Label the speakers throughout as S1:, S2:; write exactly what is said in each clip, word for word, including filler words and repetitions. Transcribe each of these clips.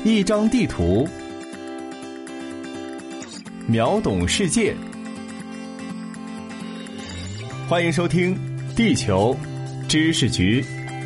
S1: 一张地图，秒懂世界。欢迎收听地球知识局。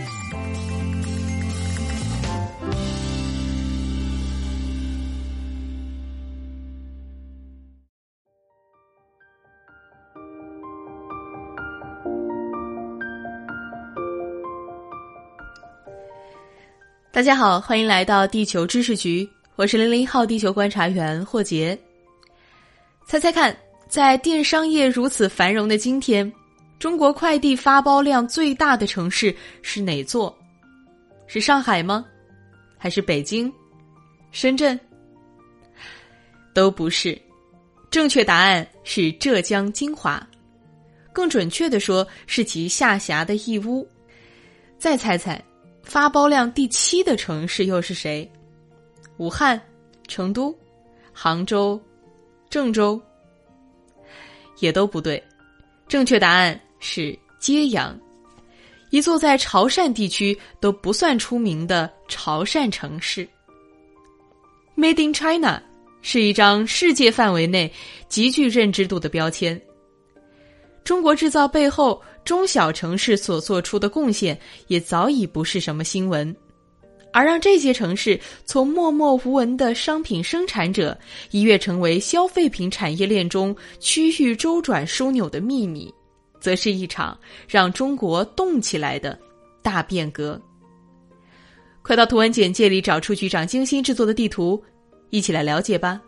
S2: 大家好，欢迎来到地球知识局，我是零零号地球观察员霍杰。猜猜看，在电商业如此繁荣的今天，中国快递发包量最大的城市是哪座？是上海吗？还是北京、深圳？都不是，正确答案是浙江金华，更准确地说是其下辖的义乌。再猜猜，发包量第七的城市又是谁？武汉、成都、杭州、郑州？也都不对，正确答案是揭阳，一座在潮汕地区都不算出名的潮汕城市。Made in China 是一张世界范围内极具认知度的标签。中国制造背后中小城市所做出的贡献也早已不是什么新闻，而让这些城市从默默无闻的商品生产者一跃成为消费品产业链中区域周转枢纽的秘密，则是一场让中国动起来的大变革。快到图文简介里找出局长精心制作的地图，一起来了解吧。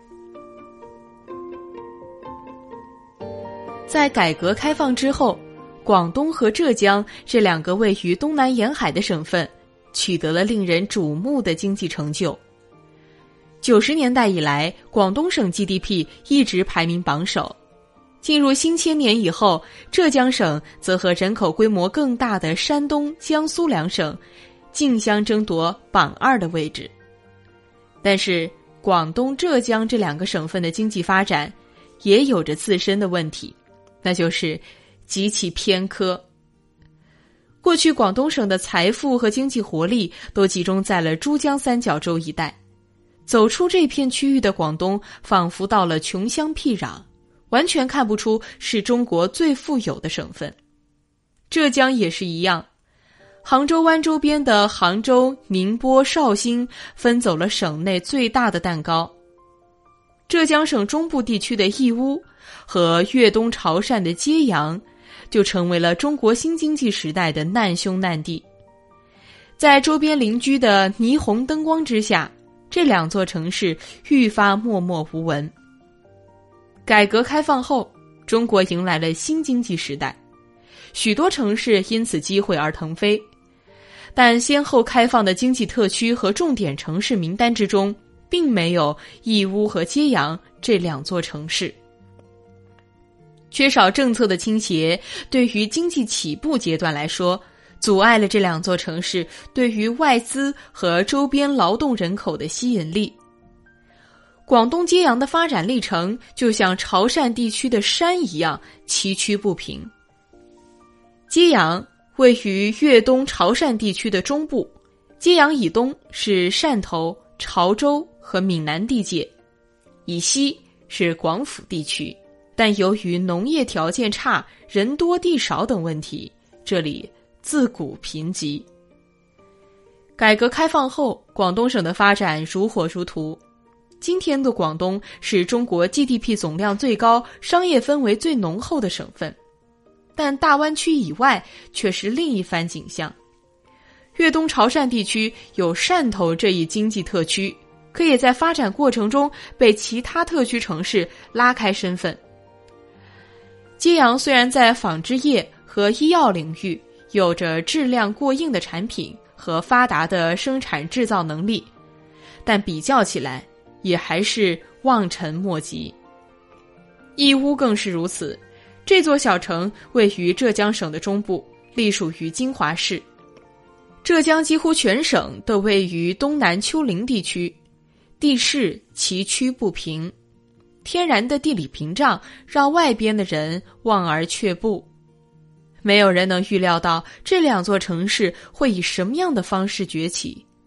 S2: 在改革开放之后，广东和浙江这两个位于东南沿海的省份取得了令人瞩目的经济成就。九十年代以来，广东省 G D P 一直排名榜首。进入新千年以后，浙江省则和人口规模更大的山东、江苏两省竞相争夺榜二的位置。但是，广东、浙江这两个省份的经济发展也有着自身的问题，那就是极其偏科。过去广东省的财富和经济活力都集中在了珠江三角洲一带，走出这片区域的广东仿佛到了穷乡僻壤，完全看不出是中国最富有的省份。浙江也是一样，杭州湾周边的杭州、宁波、绍兴分走了省内最大的蛋糕。浙江省中部地区的义乌和粤东潮汕的揭阳就成为了中国新经济时代的难兄难弟。在周边邻居的霓虹灯光之下，这两座城市愈发默默无闻。改革开放后，中国迎来了新经济时代，许多城市因此机会而腾飞，但先后开放的经济特区和重点城市名单之中并没有义乌和揭阳这两座城市。缺少政策的倾斜，对于经济起步阶段来说，阻碍了这两座城市对于外资和周边劳动人口的吸引力。广东揭阳的发展历程就像潮汕地区的山一样崎岖不平。揭阳位于粤东潮汕地区的中部，揭阳以东是汕头、潮州和闽南地界，以西是广府地区，但由于农业条件差、人多地少等问题，这里自古贫瘠。改革开放后，广东省的发展如火如荼。今天的广东是中国 G D P 总量最高、商业氛围最浓厚的省份，但大湾区以外却是另一番景象。粤东潮汕地区有汕头这一经济特区，可以在发展过程中被其他特区城市拉开身份。揭阳虽然在纺织业和医药领域有着质量过硬的产品和发达的生产制造能力，但比较起来也还是望尘莫及。义乌更是如此，这座小城位于浙江省的中部，隶属于金华市。浙江几乎全省都位于东南丘陵地区，地势崎岖不平，天然的地理屏障让外边的人望而却步。没有人能预料到这两座城市会以什么样的方式崛起，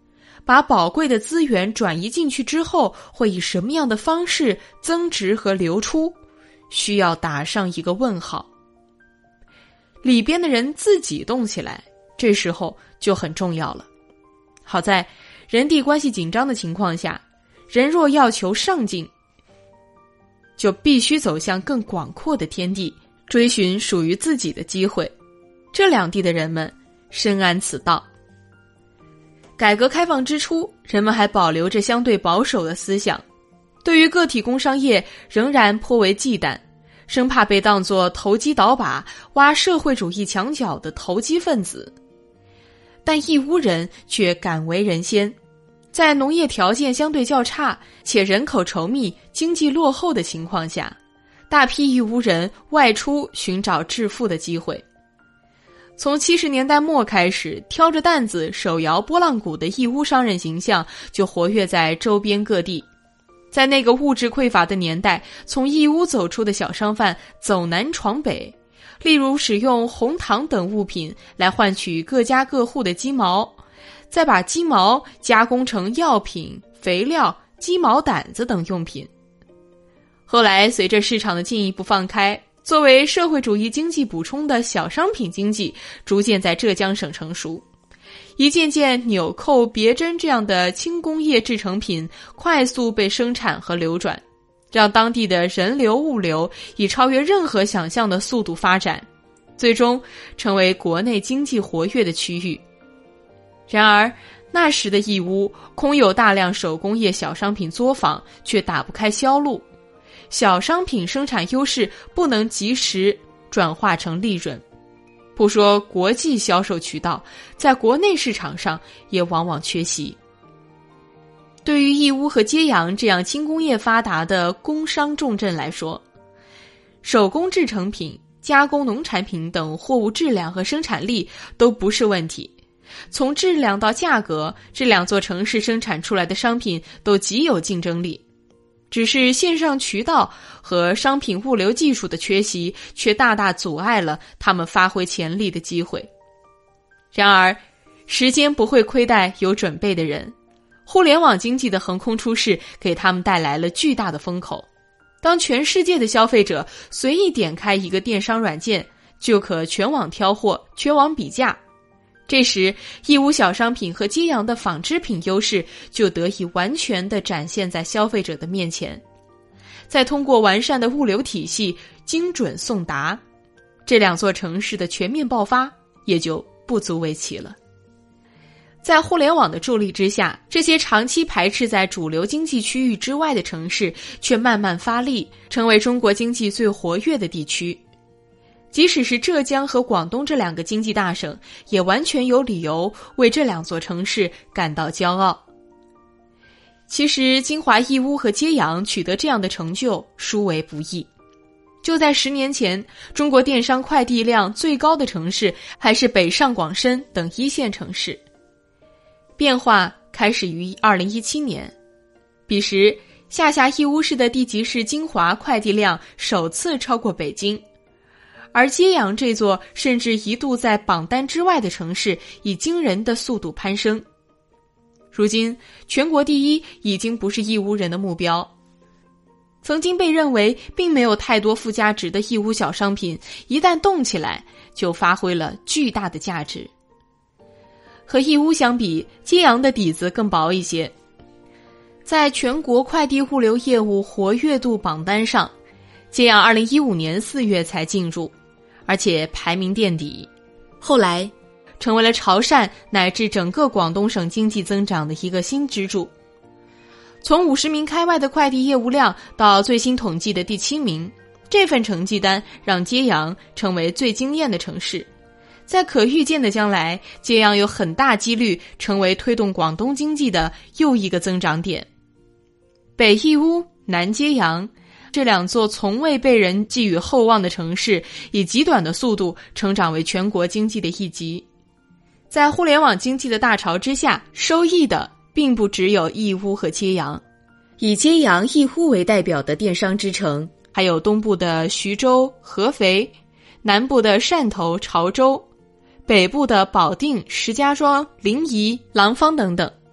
S2: 把宝贵的资源转移进去之后，会以什么样的方式增值和流出，需要打上一个问号。里边的人自己动起来，这时候就很重要了。好在人地关系紧张的情况下，人若要求上进，就必须走向更广阔的天地，追寻属于自己的机会。这两地的人们深谙此道。改革开放之初，人们还保留着相对保守的思想，对于个体工商业仍然颇为忌惮，生怕被当作投机倒把、挖社会主义墙角的投机分子。但义乌人却敢为人先，在农业条件相对较差且人口稠密、经济落后的情况下，大批义乌人外出寻找致富的机会。从七十年代末开始，挑着担子手摇拨浪鼓的义乌商人形象就活跃在周边各地。在那个物质匮乏的年代，从义乌走出的小商贩走南闯北，例如使用红糖等物品来换取各家各户的鸡毛，再把鸡毛加工成药品、肥料、鸡毛掸子等用品。后来随着市场的进一步放开，作为社会主义经济补充的小商品经济逐渐在浙江省成熟，一件件纽扣、别针这样的轻工业制成品快速被生产和流转，让当地的人流物流以超越任何想象的速度发展，最终成为国内经济活跃的区域。然而那时的义乌空有大量手工业小商品作坊，却打不开销路，小商品生产优势不能及时转化成利润，不说国际销售渠道，在国内市场上也往往缺席。对于义乌和揭阳这样轻工业发达的工商重镇来说，手工制成品、加工农产品等货物质量和生产力都不是问题。从质量到价格，这两座城市生产出来的商品都极有竞争力。只是线上渠道和商品物流技术的缺席，却大大阻碍了他们发挥潜力的机会。然而，时间不会亏待有准备的人，互联网经济的横空出世给他们带来了巨大的风口。当全世界的消费者随意点开一个电商软件，就可全网挑货、全网比价。这时，义乌小商品和揭阳的纺织品优势就得以完全地展现在消费者的面前。再通过完善的物流体系、精准送达，这两座城市的全面爆发也就不足为奇了。在互联网的助力之下，这些长期排斥在主流经济区域之外的城市却慢慢发力，成为中国经济最活跃的地区。即使是浙江和广东这两个经济大省，也完全有理由为这两座城市感到骄傲。其实金华义乌和揭阳取得这样的成就殊为不易。就在十年前，中国电商快递量最高的城市还是北上广深等一线城市。变化开始于二零一七年，彼时下辖义乌市的地级市金华快递量首次超过北京，而揭阳这座甚至一度在榜单之外的城市以惊人的速度攀升。如今全国第一已经不是义乌人的目标，曾经被认为并没有太多附加值的义乌小商品，一旦动起来就发挥了巨大的价值。和义乌相比，揭阳的底子更薄一些。在全国快递物流业务活跃度榜单上，揭阳二零一五年四月才进入，而且排名垫底，后来成为了潮汕乃至整个广东省经济增长的一个新支柱。从五十名开外的快递业务量到最新统计的第七名，这份成绩单让揭阳成为最惊艳的城市。在可预见的将来，揭阳有很大几率成为推动广东经济的又一个增长点。北义乌、南揭阳这两座从未被人寄予厚望的城市，以极短的速度成长为全国经济的一极。在互联网经济的大潮之下，收益的并不只有义乌和揭阳。以揭阳、义乌为代表的电商之城，还有东部的徐州、合肥，南部的汕头、潮州，北部的保定、石家庄、临沂、廊坊等等。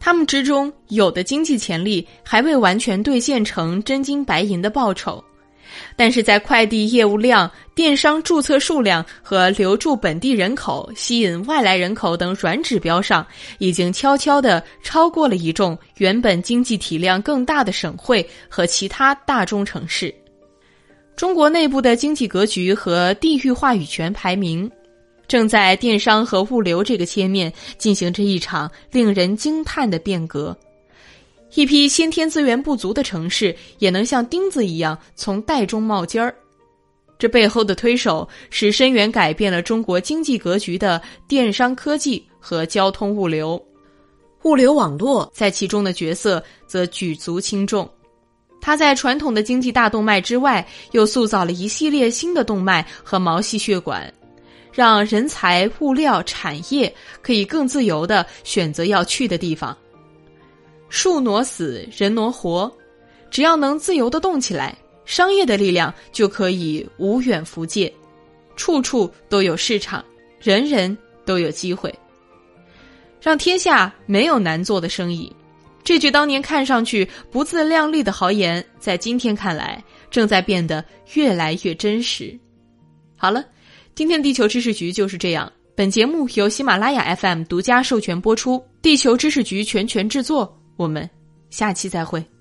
S2: 他们之中有的经济潜力还未完全兑现成真金白银的报酬，但是在快递业务量、电商注册数量和留住本地人口、吸引外来人口等软指标上，已经悄悄地超过了一众原本经济体量更大的省会和其他大中城市。中国内部的经济格局和地域话语权排名正在电商和物流这个切面进行着一场令人惊叹的变革。一批先天资源不足的城市也能像钉子一样从袋中冒尖儿。这背后的推手是深远改变了中国经济格局的电商科技和交通物流。物流网络在其中的角色则举足轻重。它在传统的经济大动脉之外，又塑造了一系列新的动脉和毛细血管，让人才、物料、产业可以更自由地选择要去的地方。树挪死，人挪活，只要能自由地动起来，商业的力量就可以无远弗届，处处都有市场，人人都有机会。让天下没有难做的生意，这句当年看上去不自量力的豪言，在今天看来正在变得越来越真实。好了，今天的地球知识局就是这样。本节目由喜马拉雅 F M 独家授权播出，地球知识局全权制作。我们下期再会。